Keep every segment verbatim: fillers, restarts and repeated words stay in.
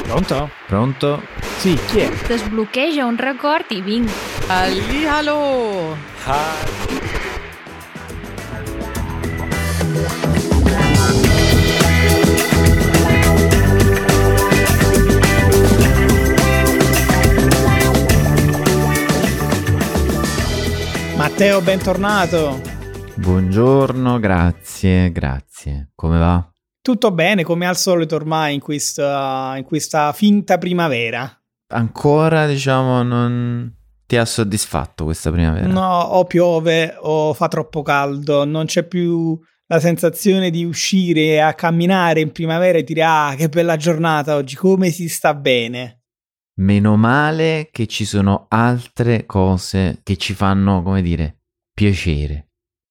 Pronto? Pronto? Sì, chi è? Desbloqueja un record i vinc. Hallihallo! Matteo, bentornato. Buongiorno, grazie, grazie. Come va? Tutto bene, come al solito ormai in questa, in questa finta primavera. Ancora, diciamo, non ti ha soddisfatto questa primavera? No, o piove o fa troppo caldo, non c'è più la sensazione di uscire a camminare in primavera e dire ah, che bella giornata oggi, come si sta bene. Meno male che ci sono altre cose che ci fanno, come dire, piacere.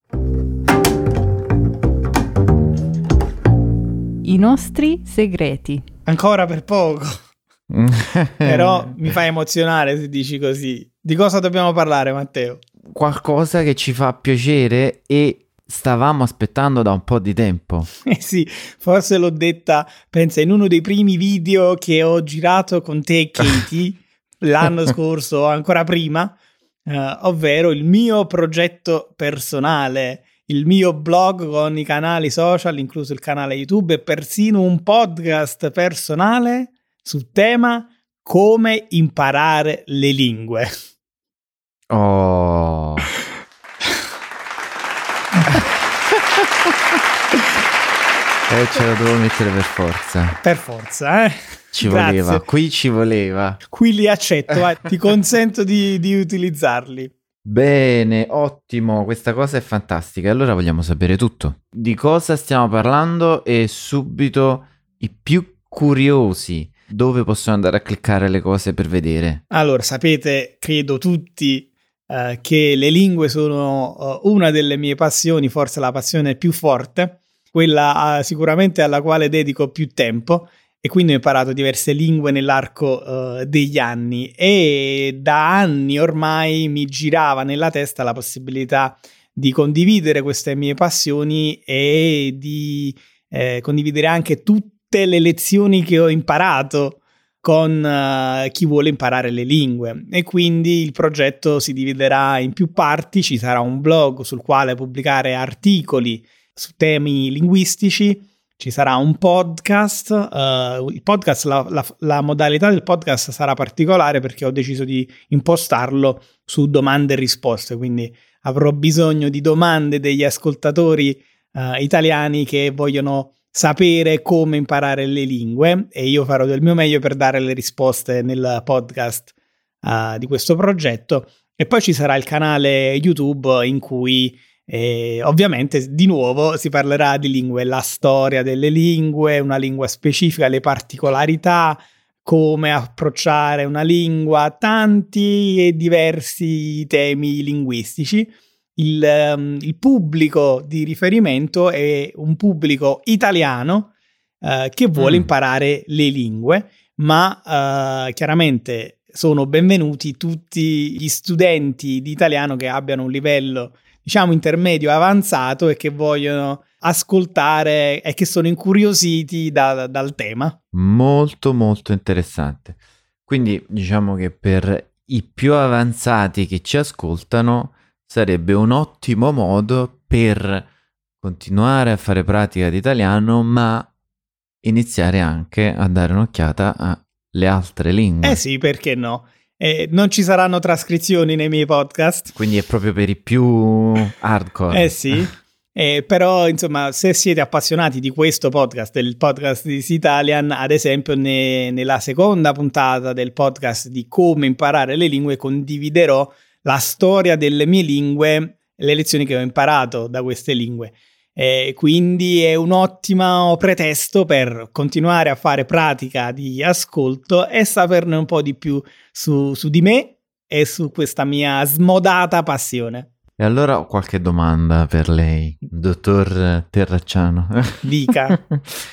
I nostri segreti. Ancora per poco. Però mi fa emozionare se dici così. Di cosa dobbiamo parlare, Matteo? Qualcosa che ci fa piacere e stavamo aspettando da un po' di tempo. Eh sì, forse l'ho detta, pensa, in uno dei primi video che ho girato con te e Katie l'anno scorso o ancora prima, eh, ovvero il mio progetto personale, il mio blog con i canali social, incluso il canale YouTube e persino un podcast personale sul tema come imparare le lingue. Oh... eh, ce la devo mettere per forza. Per forza, eh? Ci Grazie. voleva, qui ci voleva. Qui li accetto, eh. Ti consento di, di utilizzarli. Bene, ottimo, questa cosa è fantastica. Allora vogliamo sapere tutto. Di cosa stiamo parlando e subito i più curiosi. Dove possono andare a cliccare le cose per vedere? Allora, sapete, credo tutti, eh, che le lingue sono uh, una delle mie passioni, forse la passione più forte, quella uh, sicuramente alla quale dedico più tempo, e quindi ho imparato diverse lingue nell'arco uh, degli anni e da anni ormai mi girava nella testa la possibilità di condividere queste mie passioni e di eh, condividere anche tutte le lezioni che ho imparato con uh, chi vuole imparare le lingue, e quindi il progetto si dividerà in più parti. Ci sarà un blog sul quale pubblicare articoli su temi linguistici, ci sarà un podcast, uh, il podcast, la, la, la modalità del podcast sarà particolare perché ho deciso di impostarlo su domande e risposte, quindi avrò bisogno di domande degli ascoltatori uh, italiani che vogliono sapere come imparare le lingue, e io farò del mio meglio per dare le risposte nel podcast uh, di questo progetto. E poi ci sarà il canale YouTube in cui E ovviamente di nuovo si parlerà di lingue, la storia delle lingue, una lingua specifica, le particolarità, come approcciare una lingua, tanti e diversi temi linguistici. Il, um, il pubblico di riferimento è un pubblico italiano uh, che vuole mm. imparare le lingue, ma uh, chiaramente sono benvenuti tutti gli studenti di italiano che abbiano un livello, diciamo, intermedio avanzato e che vogliono ascoltare e che sono incuriositi da, dal tema. Molto molto interessante. Quindi diciamo che per i più avanzati che ci ascoltano sarebbe un ottimo modo per continuare a fare pratica di italiano, ma iniziare anche a dare un'occhiata alle altre lingue. Eh sì, perché no? Eh, non ci saranno trascrizioni nei miei podcast. Quindi è proprio per i più hardcore. Eh sì, eh, però insomma, se siete appassionati di questo podcast, del podcast di Easy Italian, ad esempio ne, nella seconda puntata del podcast di come imparare le lingue condividerò la storia delle mie lingue, le lezioni che ho imparato da queste lingue. Eh, quindi è un ottimo pretesto per continuare a fare pratica di ascolto e saperne un po' di più su, su di me e su questa mia smodata passione. E allora ho qualche domanda per lei, dottor Terracciano. Dica.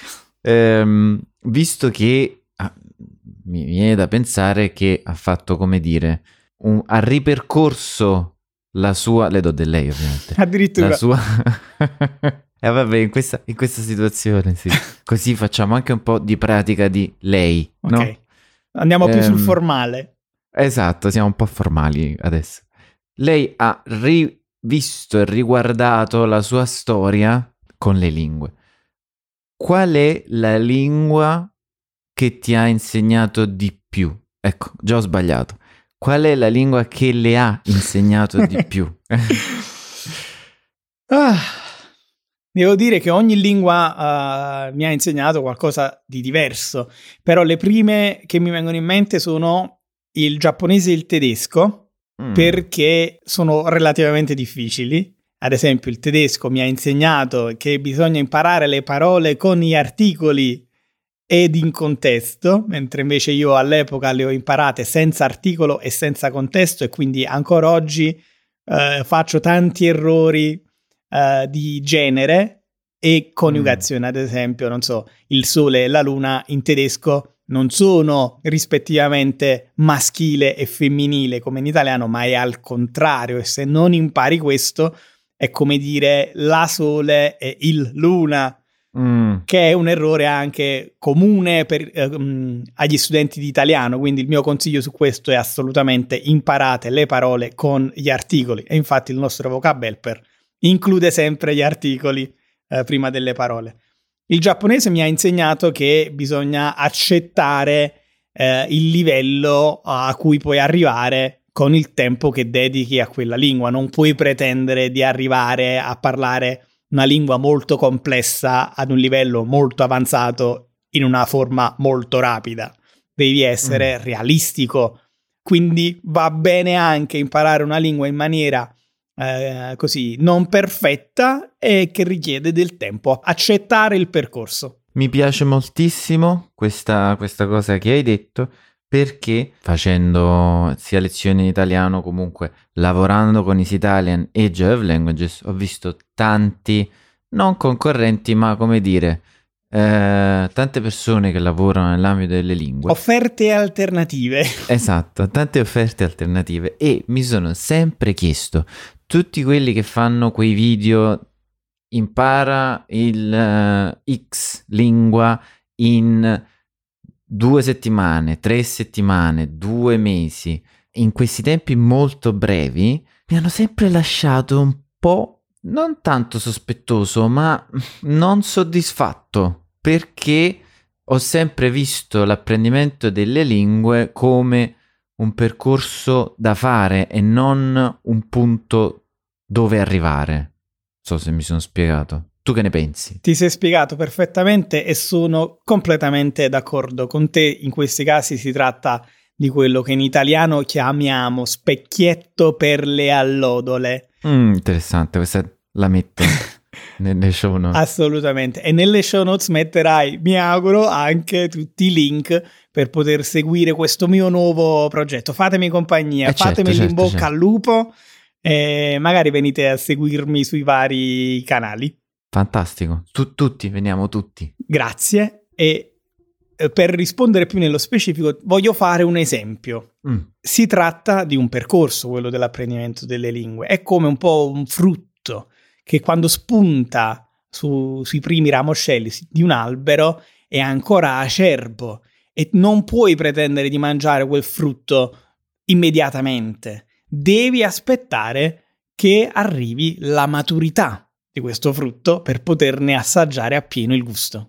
ehm, visto che ah, mi viene da pensare che ha fatto, come dire, un, ha ripercorso la sua, le do del lei ovviamente, Addirittura la sua E vabbè, in questa, in questa situazione, sì. Così facciamo anche un po' di pratica di lei, no? Ok, andiamo più Ehm, sul formale. Esatto, siamo un po' formali adesso. Lei ha rivisto e riguardato la sua storia con le lingue. Qual è la lingua che ti ha insegnato di più? Ecco, già ho sbagliato. Qual è la lingua che le ha insegnato di più? Ah, devo dire che ogni lingua uh, mi ha insegnato qualcosa di diverso, però le prime che mi vengono in mente sono il giapponese e il tedesco, Mm. perché sono relativamente difficili. Ad esempio, il tedesco mi ha insegnato che bisogna imparare le parole con gli articoli ed in contesto, mentre invece io all'epoca le ho imparate senza articolo e senza contesto, e quindi ancora oggi eh, faccio tanti errori eh, di genere e coniugazione. Mm. Ad esempio, non so, il sole e la luna in tedesco non sono rispettivamente maschile e femminile come in italiano, ma è al contrario, e se non impari questo è come dire la sole e il luna. Mm. Che è un errore anche comune per, eh, um, agli studenti di italiano, quindi il mio consiglio su questo è assolutamente imparate le parole con gli articoli, e infatti il nostro vocabelper include sempre gli articoli eh, prima delle parole. Il giapponese mi ha insegnato che bisogna accettare eh, il livello a cui puoi arrivare con il tempo che dedichi a quella lingua. Non puoi pretendere di arrivare a parlare una lingua molto complessa ad un livello molto avanzato in una forma molto rapida. Devi essere mm. realistico. Quindi va bene anche imparare una lingua in maniera eh, così non perfetta e che richiede del tempo. Accettare il percorso. Mi piace moltissimo questa, questa cosa che hai detto, perché facendo sia lezioni in italiano, comunque lavorando con Easy Italian e Joy of Languages, ho visto tanti, non concorrenti, ma come dire, eh, tante persone che lavorano nell'ambito delle lingue. Offerte alternative. Esatto, tante offerte alternative, e mi sono sempre chiesto, tutti quelli che fanno quei video, impara il uh, X lingua in due settimane, tre settimane, due mesi, in questi tempi molto brevi, mi hanno sempre lasciato un po', non tanto sospettoso, ma non soddisfatto, perché ho sempre visto l'apprendimento delle lingue come un percorso da fare e non un punto dove arrivare. Non so se mi sono spiegato. Tu che ne pensi? Ti sei spiegato perfettamente e sono completamente d'accordo con te. In questi casi si tratta di quello che in italiano chiamiamo specchietto per le allodole. Mm, interessante, questa la metto nelle show notes. Assolutamente. E nelle show notes metterai, mi auguro, anche tutti i link per poter seguire questo mio nuovo progetto. Fatemi compagnia, eh fatemi certo, in bocca certo. al lupo e magari venite a seguirmi sui vari canali. Fantastico, tu, tutti, veniamo tutti. Grazie. E per rispondere più nello specifico voglio fare un esempio. Mm. Si tratta di un percorso, quello dell'apprendimento delle lingue. È come un po' un frutto che quando spunta su, sui primi ramoscelli di un albero è ancora acerbo e non puoi pretendere di mangiare quel frutto immediatamente. Devi aspettare che arrivi la maturità di questo frutto per poterne assaggiare appieno il gusto.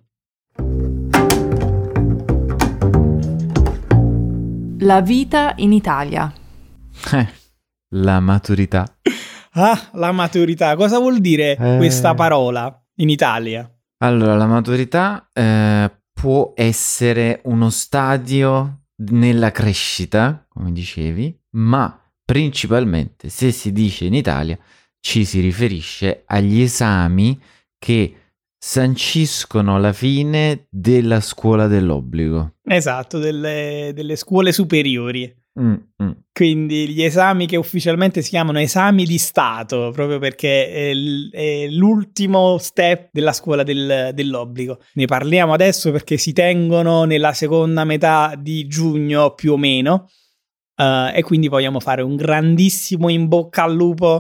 La vita in Italia. Eh, la maturità. Ah, la maturità. Cosa vuol dire eh... questa parola in Italia? Allora, la maturità eh, può essere uno stadio nella crescita, come dicevi, ma principalmente, se si dice in Italia, ci si riferisce agli esami che sanciscono la fine della scuola dell'obbligo. Esatto, delle, delle scuole superiori. Mm, mm. Quindi gli esami che ufficialmente si chiamano esami di Stato, proprio perché è, l- è l'ultimo step della scuola del, dell'obbligo. Ne parliamo adesso perché si tengono nella seconda metà di giugno più o meno, uh, e quindi vogliamo fare un grandissimo in bocca al lupo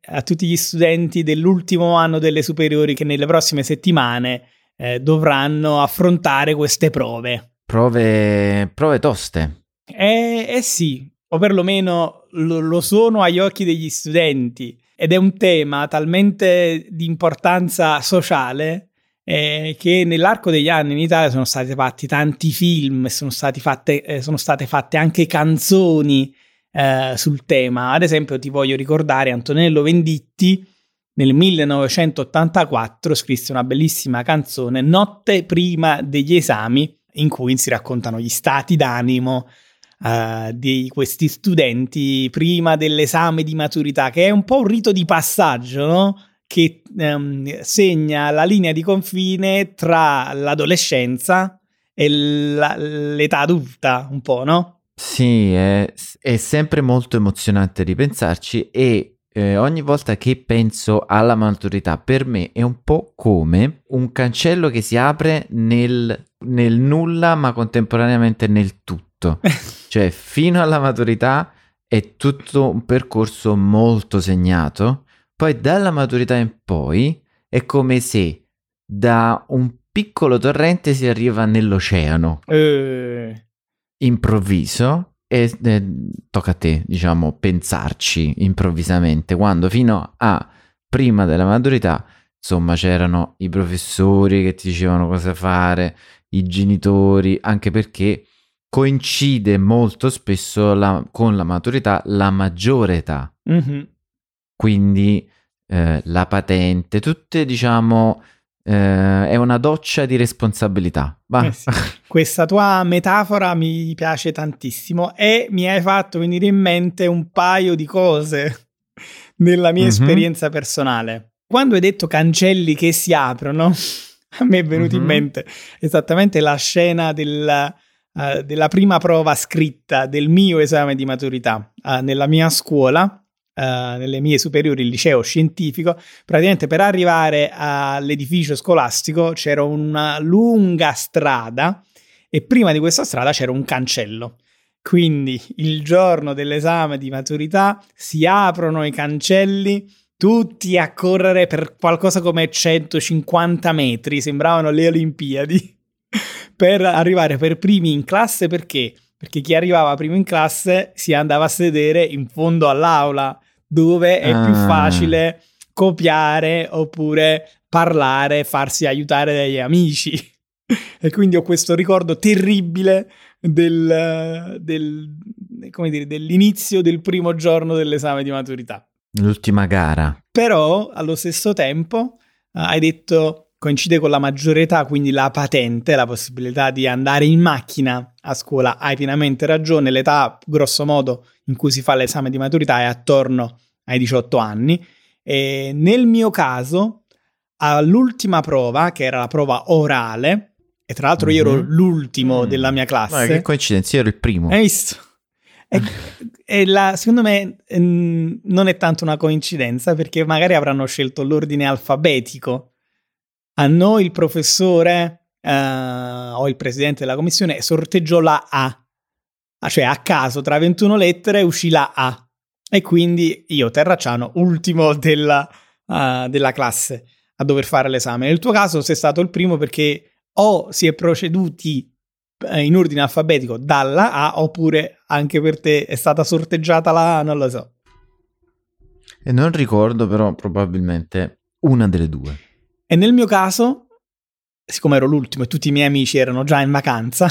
a tutti gli studenti dell'ultimo anno delle superiori che nelle prossime settimane eh, dovranno affrontare queste prove. Prove, prove toste. Eh, eh sì, o perlomeno lo, lo sono agli occhi degli studenti, ed è un tema talmente di importanza sociale eh, che nell'arco degli anni in Italia sono stati fatti tanti film, sono, stati fatte, eh, sono state fatte anche canzoni eh, sul tema. Ad esempio ti voglio ricordare Antonello Venditti nel millenovecentottantaquattro scrisse una bellissima canzone, Notte prima degli esami, in cui si raccontano gli stati d'animo uh, di questi studenti prima dell'esame di maturità, che è un po' un rito di passaggio, no? Che um, segna la linea di confine tra l'adolescenza e la, l'età adulta, un po', no? Sì, è, è sempre molto emozionante ripensarci, e eh, ogni volta che penso alla maturità, per me è un po' come un cancello che si apre nel, nel nulla, ma contemporaneamente nel tutto. Cioè, fino alla maturità è tutto un percorso molto segnato, poi dalla maturità in poi è come se da un piccolo torrente si arriva nell'oceano. Eh... improvviso, e eh, tocca a te, diciamo, pensarci improvvisamente, quando fino a prima della maturità, insomma, c'erano i professori che ti dicevano cosa fare, i genitori, anche perché coincide molto spesso la, con la maturità la maggiore età. Mm-hmm. Quindi eh, la patente, tutte, diciamo, eh, è una doccia di responsabilità. Va. Eh sì. Questa tua metafora mi piace tantissimo e mi hai fatto venire in mente un paio di cose nella mia mm-hmm. esperienza personale. Quando hai detto cancelli che si aprono, a me è venuto mm-hmm. in mente esattamente la scena del, uh, della prima prova scritta del mio esame di maturità uh, nella mia scuola. Uh, nelle mie superiori, il liceo scientifico. Praticamente per arrivare all'edificio scolastico c'era una lunga strada e prima di questa strada c'era un cancello. Quindi il giorno dell'esame di maturità si aprono i cancelli, tutti a correre per qualcosa come centocinquanta metri, sembravano le Olimpiadi, per arrivare per primi in classe. Perché? Perché chi arrivava primo in classe si andava a sedere in fondo all'aula, dove è ah. più facile copiare oppure parlare, farsi aiutare dagli amici. E quindi ho questo ricordo terribile del, del, come dire, dell'inizio del primo giorno dell'esame di maturità. L'ultima gara. Però allo stesso tempo uh, hai detto coincide con la maggiore età, quindi la patente, la possibilità di andare in macchina a scuola. Hai pienamente ragione, l'età grosso modo in cui si fa l'esame di maturità è attorno ai diciotto anni. E nel mio caso, all'ultima prova, che era la prova orale, e tra l'altro mm-hmm. io ero l'ultimo mm. della mia classe. Ma che coincidenza, io ero il primo. Hai visto? E, e la, secondo me ehm, non è tanto una coincidenza, perché magari avranno scelto l'ordine alfabetico. A noi il professore eh, o il presidente della commissione sorteggiò la A, cioè a caso tra ventuno lettere uscì la A, e quindi io, Terracciano, ultimo della, uh, della classe a dover fare l'esame. Nel tuo caso sei stato il primo perché o si è proceduti eh, in ordine alfabetico dalla A, oppure anche per te è stata sorteggiata la A, non lo so. E non ricordo, però probabilmente una delle due. E nel mio caso, siccome ero l'ultimo e tutti i miei amici erano già in vacanza,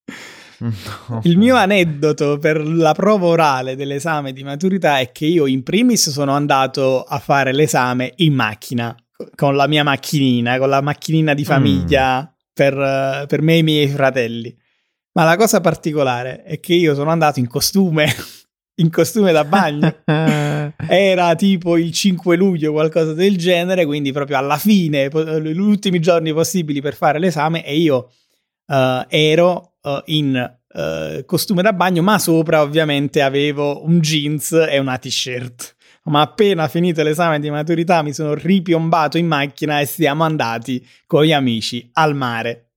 no. Il mio aneddoto per la prova orale dell'esame di maturità è che io in primis sono andato a fare l'esame in macchina, con la mia macchinina, con la macchinina di famiglia mm. per, per me e i miei fratelli. Ma la cosa particolare è che io sono andato in costume, in costume da bagno. Era tipo il cinque luglio, qualcosa del genere, quindi proprio alla fine, gli ultimi giorni possibili per fare l'esame, e io uh, ero uh, in uh, costume da bagno, ma sopra ovviamente avevo un jeans e una t-shirt. Ma appena finito l'esame di maturità mi sono ripiombato in macchina e siamo andati con gli amici al mare.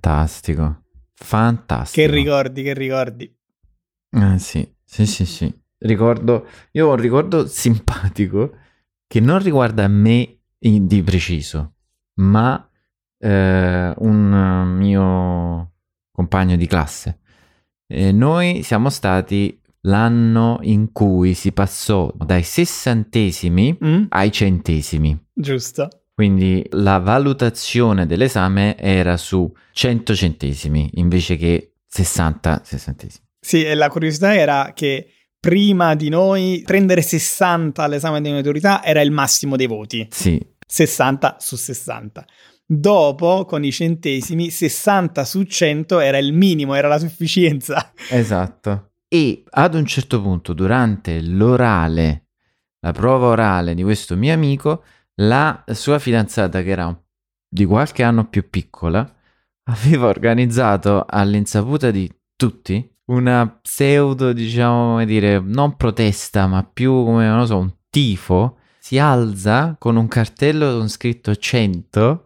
Fantastico, fantastico. Che ricordi, che ricordi. Eh sì, sì, sì, sì. ricordo, io ho un ricordo simpatico che non riguarda me in- di preciso, ma eh, un mio compagno di classe. E noi siamo stati l'anno in cui si passò dai sessantesimi Mm? ai centesimi. Giusto. Quindi la valutazione dell'esame era su cento centesimi invece che sessanta sessantesimi. Sì, e la curiosità era che prima di noi prendere sessanta all'esame di maturità era il massimo dei voti. Sì, sessanta su sessanta. Dopo, con i centesimi, sessanta su cento era il minimo, era la sufficienza. esatto. E ad un certo punto, durante l'orale, la prova orale di questo mio amico, la sua fidanzata, che era un- di qualche anno più piccola, aveva organizzato all'insaputa di tutti una pseudo, diciamo, come dire, non protesta, ma più come, non lo so, un tifo. Si alza con un cartello con scritto cento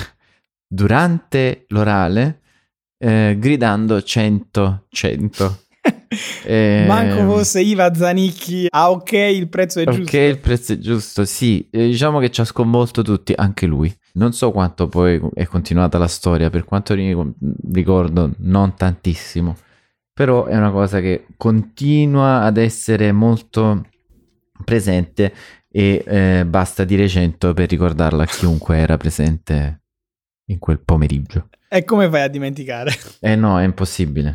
durante l'orale, eh, gridando cento, cento. Eh, Manco fosse Iva Zanicchi. Ah, ok, il prezzo è Ok, giusto. il prezzo è giusto, sì. Eh, diciamo che ci ha sconvolto tutti, anche lui. Non so quanto poi è continuata la storia, per quanto ri- ricordo, non tantissimo. Però è una cosa che continua ad essere molto presente e eh, basta dire cento per ricordarla a chiunque era presente in quel pomeriggio. E come fai a dimenticare? Eh no, è impossibile.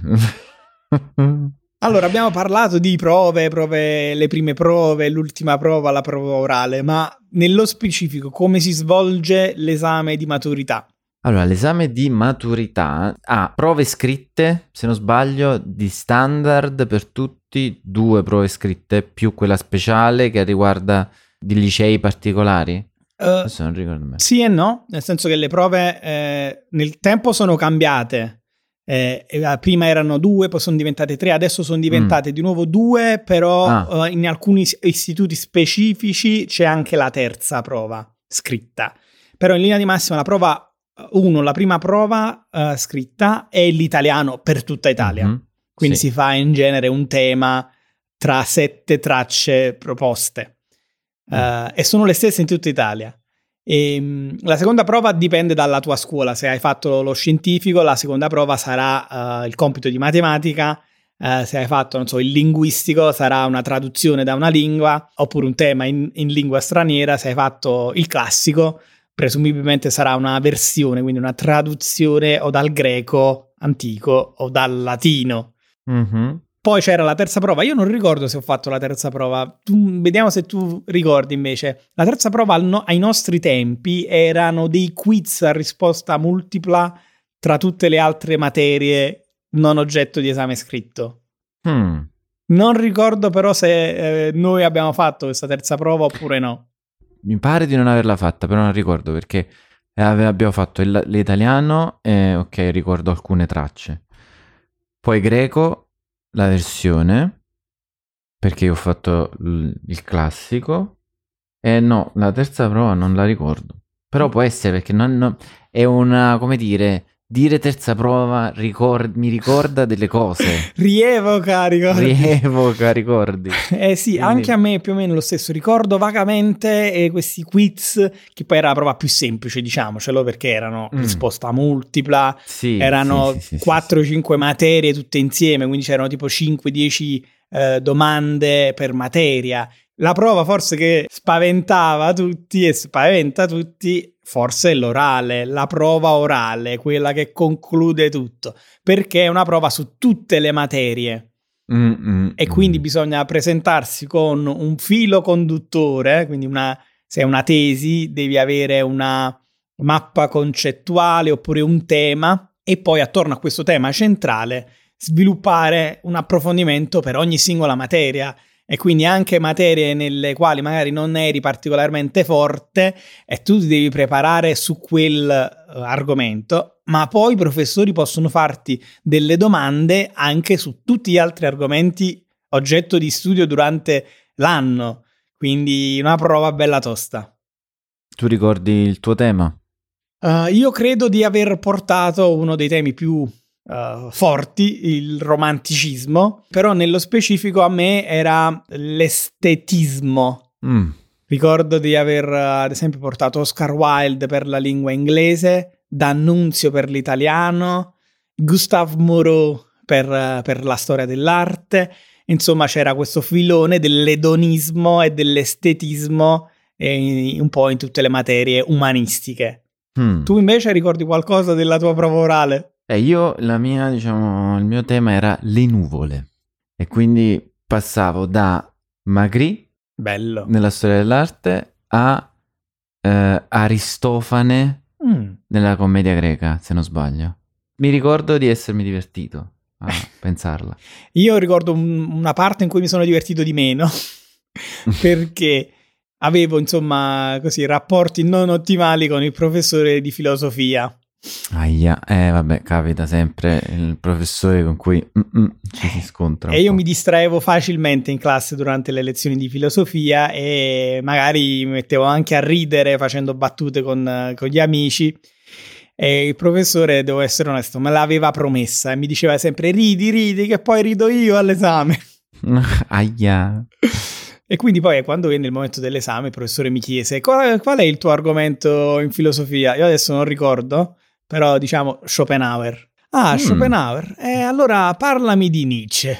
Allora, abbiamo parlato di prove, prove, le prime prove, l'ultima prova, la prova orale, ma nello specifico come si svolge l'esame di maturità? Allora, l'esame di maturità ha prove scritte, se non sbaglio, di standard per tutti, due prove scritte, più quella speciale che riguarda di licei particolari. Uh, Adesso non ricordo me. sì e no, nel senso che le prove eh, nel tempo sono cambiate. Eh, prima erano due, poi sono diventate tre, adesso sono diventate mm. di nuovo due, però ah. uh, in alcuni istituti specifici c'è anche la terza prova scritta. Però in linea di massima la prova uno, la prima prova uh, scritta è l'italiano per tutta Italia. Mm-hmm. Quindi sì. Si fa in genere un tema tra sette tracce proposte mm. uh, e sono le stesse in tutta Italia. E, um, la seconda prova dipende dalla tua scuola. Se hai fatto lo scientifico, la seconda prova sarà uh, il compito di matematica. Uh, se hai fatto, non so, il linguistico, sarà una traduzione da una lingua oppure un tema in, in lingua straniera. Se hai fatto il classico, presumibilmente sarà una versione, quindi una traduzione o dal greco antico o dal latino. Mm-hmm. Poi c'era la terza prova. Io non ricordo se ho fatto la terza prova. Tu, vediamo se tu ricordi invece. La terza prova al no, ai nostri tempi erano dei quiz a risposta multipla tra tutte le altre materie non oggetto di esame scritto. Hmm. Non ricordo però se eh, noi abbiamo fatto questa terza prova oppure no. Mi pare di non averla fatta, però non ricordo perché abbiamo fatto il, l'italiano e ok, ricordo alcune tracce. Poi greco, la versione, perché io ho fatto l- il classico. E no, la terza prova non la ricordo. Però può essere perché non, non, è una, come dire... Dire terza prova ricord- mi ricorda delle cose. Rievoca ricordi. Rievoca ricordi. Eh sì, quindi... anche a me più o meno lo stesso. Ricordo vagamente eh, questi quiz, che poi era la prova più semplice, diciamocelo, perché erano mm. risposta multipla, sì, erano sì, sì, sì, quattro sì. cinque materie tutte insieme, quindi c'erano tipo cinque dieci eh, domande per materia. La prova forse che spaventava tutti e spaventa tutti forse è l'orale, la prova orale, quella che conclude tutto, perché è una prova su tutte le materie mm, mm, e quindi mm. bisogna presentarsi con un filo conduttore, quindi una, se è una tesi devi avere una mappa concettuale oppure un tema e poi attorno a questo tema centrale sviluppare un approfondimento per ogni singola materia. E quindi anche materie nelle quali magari non eri particolarmente forte e tu ti devi preparare su quel uh, argomento, ma poi i professori possono farti delle domande anche su tutti gli altri argomenti oggetto di studio durante l'anno, quindi una prova bella tosta. Tu ricordi il tuo tema? Uh, io credo di aver portato uno dei temi più uh, forti, il romanticismo, però nello specifico a me era l'estetismo. Mm. Ricordo di aver ad esempio portato Oscar Wilde per la lingua inglese, D'Annunzio per l'italiano, Gustave Moreau per, per la storia dell'arte. Insomma, c'era questo filone dell'edonismo e dell'estetismo eh, un po' in tutte le materie umanistiche. Mm. Tu invece ricordi qualcosa della tua prova orale? Eh, io, la mia, diciamo, il mio tema era le nuvole. E quindi passavo da Magritte, Bello. nella storia dell'arte, a eh, Aristofane Mm. nella commedia greca, se non sbaglio. Mi ricordo di essermi divertito a pensarla. Io ricordo un- una parte in cui mi sono divertito di meno perché avevo insomma così rapporti non ottimali con il professore di filosofia. Aia, eh vabbè, capita sempre il professore con cui mm, mm, ci si scontra un E io po'. mi distraevo facilmente in classe durante le lezioni di filosofia e magari mi mettevo anche a ridere facendo battute con, con gli amici. E il professore, devo essere onesto, me l'aveva promessa e mi diceva sempre ridi, ridi, che poi rido io all'esame. Aia. E quindi poi quando venne il momento dell'esame il professore mi chiese qual, qual è il tuo argomento in filosofia? Io adesso non ricordo, però diciamo Schopenhauer. Ah, Mm. Schopenhauer. E allora parlami di Nietzsche.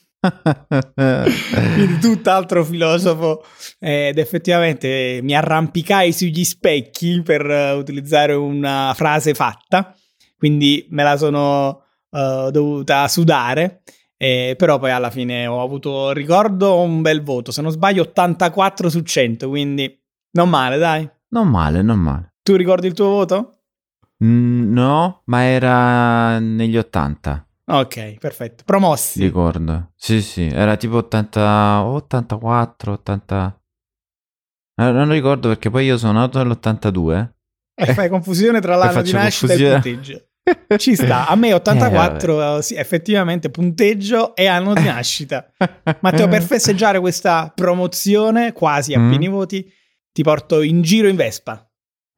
Quindi tutt'altro filosofo, ed effettivamente mi arrampicai sugli specchi per uh, utilizzare una frase fatta, quindi me la sono uh, dovuta sudare, eh, però poi alla fine ho avuto, ricordo, un bel voto, se non sbaglio ottantaquattro su cento, quindi non male, dai. Non male, non male. Tu ricordi il tuo voto? Mm, no, ma era negli ottanta, Ok, perfetto, promossi. ricordo. Sì, sì, era tipo ottanta, ottantaquattro, ottanta... Eh, non ricordo perché poi io sono nato nell'ottantadue. E fai confusione tra l'anno di faccio nascita e il confusione. punteggio. Ci sta, a me Eh, ottantaquattro, sì, effettivamente punteggio e anno di nascita. Matteo, per festeggiare questa promozione quasi a Mm. pieni voti, ti porto in giro in Vespa.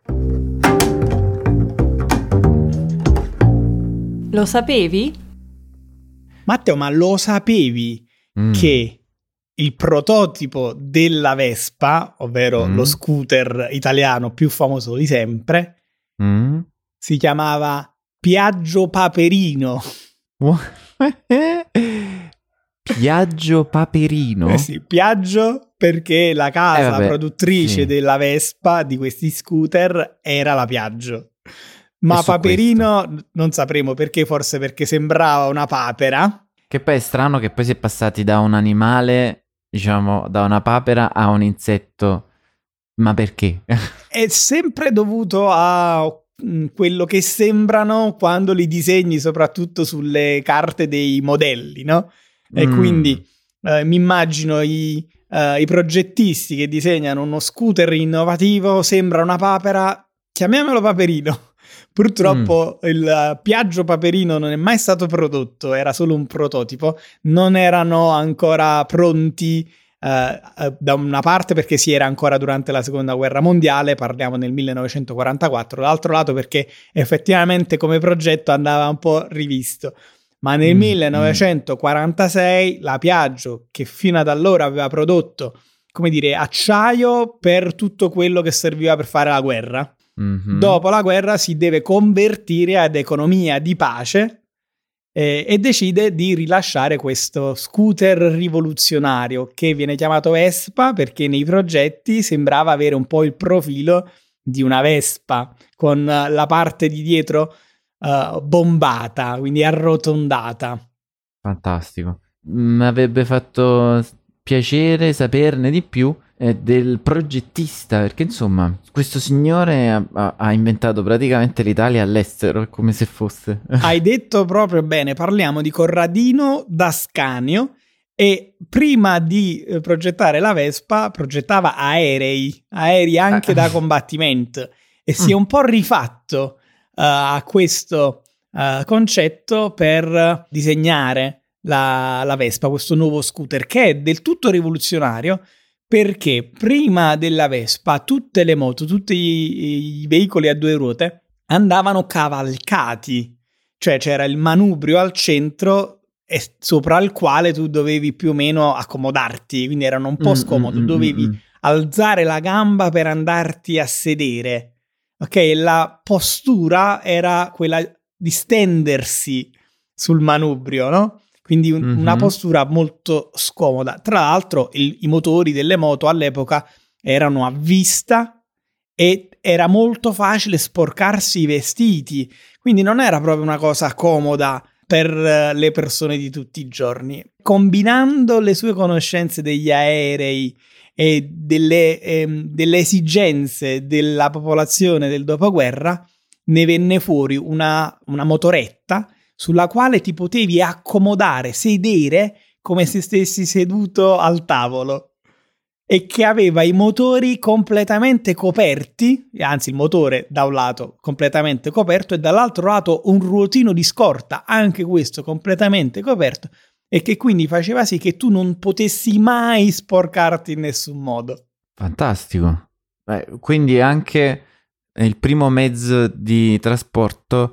Lo sapevi? Matteo, ma lo sapevi Mm. che il prototipo della Vespa, ovvero Mm. lo scooter italiano più famoso di sempre, Mm. si chiamava Piaggio Paperino? Piaggio Paperino? Eh sì, Piaggio perché la casa Eh vabbè, produttrice sì. della Vespa di questi scooter era la Piaggio. Ma E su Paperino non sapremo perché, forse perché sembrava una papera. Che poi è strano che poi si è passati da un animale, diciamo, da una papera a un insetto. Ma perché? È sempre dovuto a mm, quello che sembrano quando li disegni, soprattutto sulle carte dei modelli, no? E Mm. quindi eh, mi immagino i, eh, i progettisti che disegnano uno scooter innovativo, sembra una papera, chiamiamolo Paperino. Purtroppo Mm. il eh, Piaggio Paperino non è mai stato prodotto, era solo un prototipo, non erano ancora pronti eh, eh, da una parte perché si era ancora durante la seconda guerra mondiale, parliamo nel millenovecentoquarantaquattro, dall'altro lato perché effettivamente come progetto andava un po' rivisto. Ma nel Mm, millenovecentoquarantasei la Piaggio, che fino ad allora aveva prodotto, come dire, acciaio per tutto quello che serviva per fare la guerra, Mhm. dopo la guerra si deve convertire ad economia di pace eh, e decide di rilasciare questo scooter rivoluzionario che viene chiamato Vespa perché nei progetti sembrava avere un po' il profilo di una Vespa con eh, la parte di dietro eh, bombata, quindi arrotondata. Fantastico. Mi avrebbe fatto piacere saperne di più eh, del progettista, perché insomma, questo signore ha, ha- ha inventato praticamente l'Italia all'estero, è come se fosse. Hai detto proprio bene, parliamo di Corradino d'Ascanio e prima di eh, progettare la Vespa progettava aerei, aerei anche Ah. da combattimento e si è Mm. un po' rifatto eh, a questo eh, concetto per disegnare la, la Vespa, questo nuovo scooter che è del tutto rivoluzionario perché prima della Vespa tutte le moto, tutti i, i veicoli a due ruote andavano cavalcati. cioè c'era il manubrio al centro e sopra il quale tu dovevi più o meno accomodarti, quindi erano un po' scomodo, mm, mm, dovevi mm, mm. alzare la gamba per andarti a sedere, ok? La postura era quella di stendersi sul manubrio, no? Quindi un, Mm-hmm. una postura molto scomoda. Tra l'altro il, i motori delle moto all'epoca erano a vista e era molto facile sporcarsi i vestiti, quindi non era proprio una cosa comoda per le persone di tutti i giorni. Combinando le sue conoscenze degli aerei e delle, ehm, delle esigenze della popolazione del dopoguerra, ne venne fuori una, una motoretta sulla quale ti potevi accomodare, sedere come se stessi seduto al tavolo, e che aveva i motori completamente coperti, anzi il motore da un lato completamente coperto e dall'altro lato un ruotino di scorta, anche questo completamente coperto, e che quindi faceva sì che tu non potessi mai sporcarti in nessun modo. Fantastico. Beh, quindi anche il primo mezzo di trasporto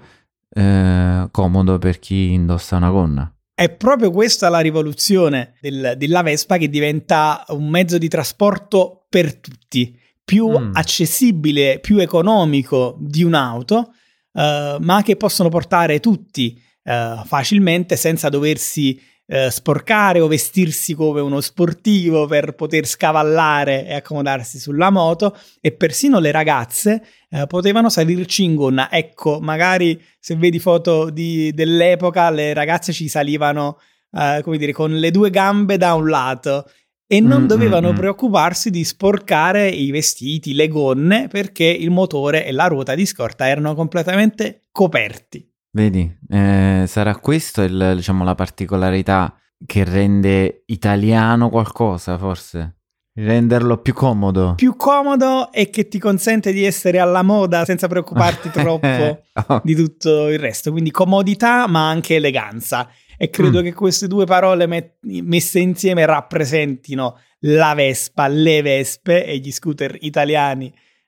eh, comodo per chi indossa una gonna. È proprio questa la rivoluzione del, della Vespa, che diventa un mezzo di trasporto per tutti, più Mm. accessibile, più economico di un'auto, eh, ma che possono portare tutti eh, facilmente senza doversi eh, sporcare o vestirsi come uno sportivo per poter scavallare e accomodarsi sulla moto, e persino le ragazze eh, potevano salirci in gonna. Ecco, magari se vedi foto di, dell'epoca, le ragazze ci salivano eh, come dire, con le due gambe da un lato e non Mm, dovevano mm, mm. preoccuparsi di sporcare i vestiti, le gonne, perché il motore e la ruota di scorta erano completamente coperti. Vedi, eh, sarà questo il, diciamo, la particolarità che rende italiano qualcosa, forse? Renderlo più comodo. Più comodo e che ti consente di essere alla moda senza preoccuparti troppo Oh, di tutto il resto. Quindi comodità ma anche eleganza. E credo Mm. che queste due parole met- messe insieme rappresentino la Vespa, le Vespe e gli scooter italiani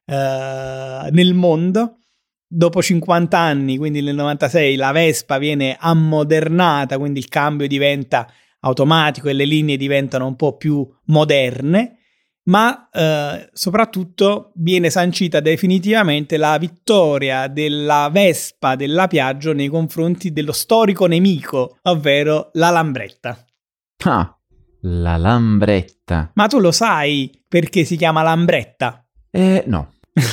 eh, nel mondo. Dopo cinquanta anni, quindi nel novantasei, la Vespa viene ammodernata, quindi il cambio diventa automatico e le linee diventano un po' più moderne, ma eh, soprattutto viene sancita definitivamente la vittoria della Vespa della Piaggio nei confronti dello storico nemico, ovvero la Lambretta. ah, la Lambretta. Ma tu lo sai perché si chiama Lambretta? Eh, no.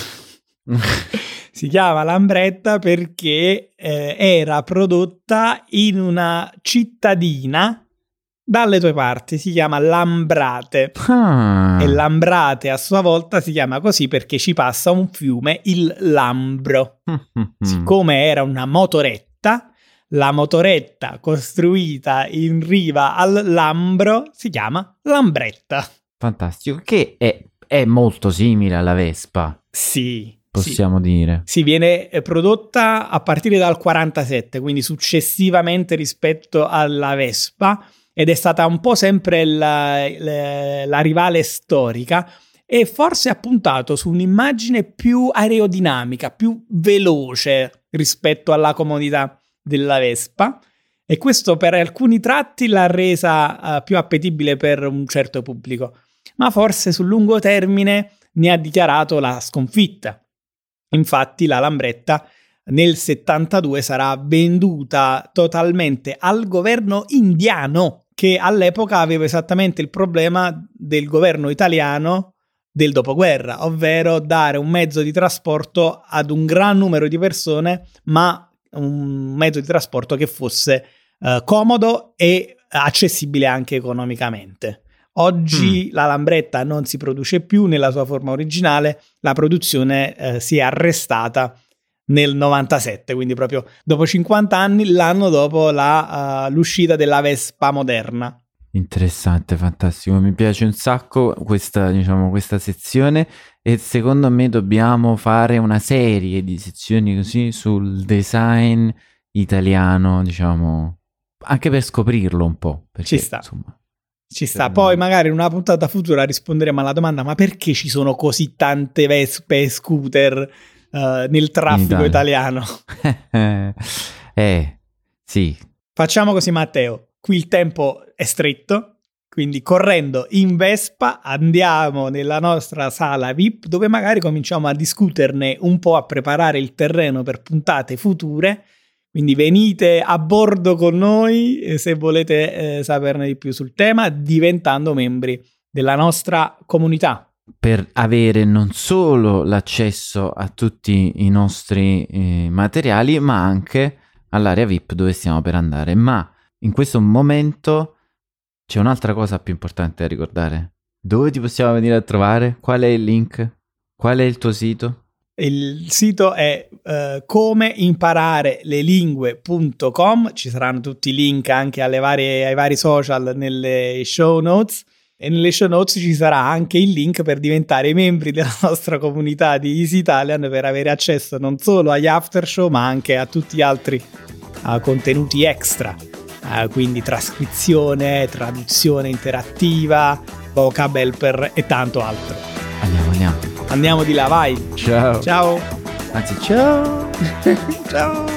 Si chiama Lambretta perché eh, era prodotta in una cittadina dalle tue parti, si chiama Lambrate. Ah. E Lambrate a sua volta si chiama così perché ci passa un fiume, il Lambro. Mm. Siccome era una motoretta, la motoretta costruita in riva al Lambro si chiama Lambretta. Fantastico, che è, è molto simile alla Vespa, Sì. possiamo dire. Si viene prodotta a partire dal quarantasette, quindi successivamente rispetto alla Vespa, ed è stata un po' sempre la, la, la rivale storica, e forse ha puntato su un'immagine più aerodinamica, più veloce rispetto alla comodità della Vespa, e questo per alcuni tratti l'ha resa uh, più appetibile per un certo pubblico, ma forse sul lungo termine ne ha dichiarato la sconfitta. Infatti la Lambretta nel settantadue sarà venduta totalmente al governo indiano, che all'epoca aveva esattamente il problema del governo italiano del dopoguerra, ovvero dare un mezzo di trasporto ad un gran numero di persone, ma un mezzo di trasporto che fosse eh, comodo e accessibile anche economicamente. Oggi mm. la Lambretta non si produce più nella sua forma originale, la produzione eh, si è arrestata nel novantasette, quindi proprio dopo cinquanta anni, l'anno dopo la, uh, l'uscita della Vespa moderna. Interessante, fantastico, mi piace un sacco questa, diciamo, questa sezione, e secondo me dobbiamo fare una serie di sezioni così sul design italiano, diciamo, anche per scoprirlo un po'. Perché, ci sta. Insomma, Ci sta, poi magari in una puntata futura risponderemo alla domanda: ma perché ci sono così tante Vespe e scooter uh, nel traffico italiano? Eh, sì. Facciamo così, Matteo. Qui il tempo è stretto, quindi correndo in Vespa andiamo nella nostra sala V I P, dove magari cominciamo a discuterne un po', a preparare il terreno per puntate future. Quindi venite a bordo con noi eh, se volete eh, saperne di più sul tema, diventando membri della nostra comunità. Per avere non solo l'accesso a tutti i nostri eh, materiali, ma anche all'area V I P dove stiamo per andare. Ma in questo momento c'è un'altra cosa più importante da ricordare. Dove ti possiamo venire a trovare? Qual è il link? Qual è il tuo sito? Il sito è uh, come imparare le lingue punto com. Ci saranno tutti i link anche alle varie, ai vari social nelle show notes. E nelle show notes ci sarà anche il link per diventare membri della nostra comunità di Easy Italian, per avere accesso non solo agli after show ma anche a tutti gli altri uh, contenuti extra, uh, quindi trascrizione, traduzione interattiva, vocab helper e tanto altro. Andiamo, andiamo. Andiamo di là, vai. Ciao. Ciao. Anzi, ciao. Ciao.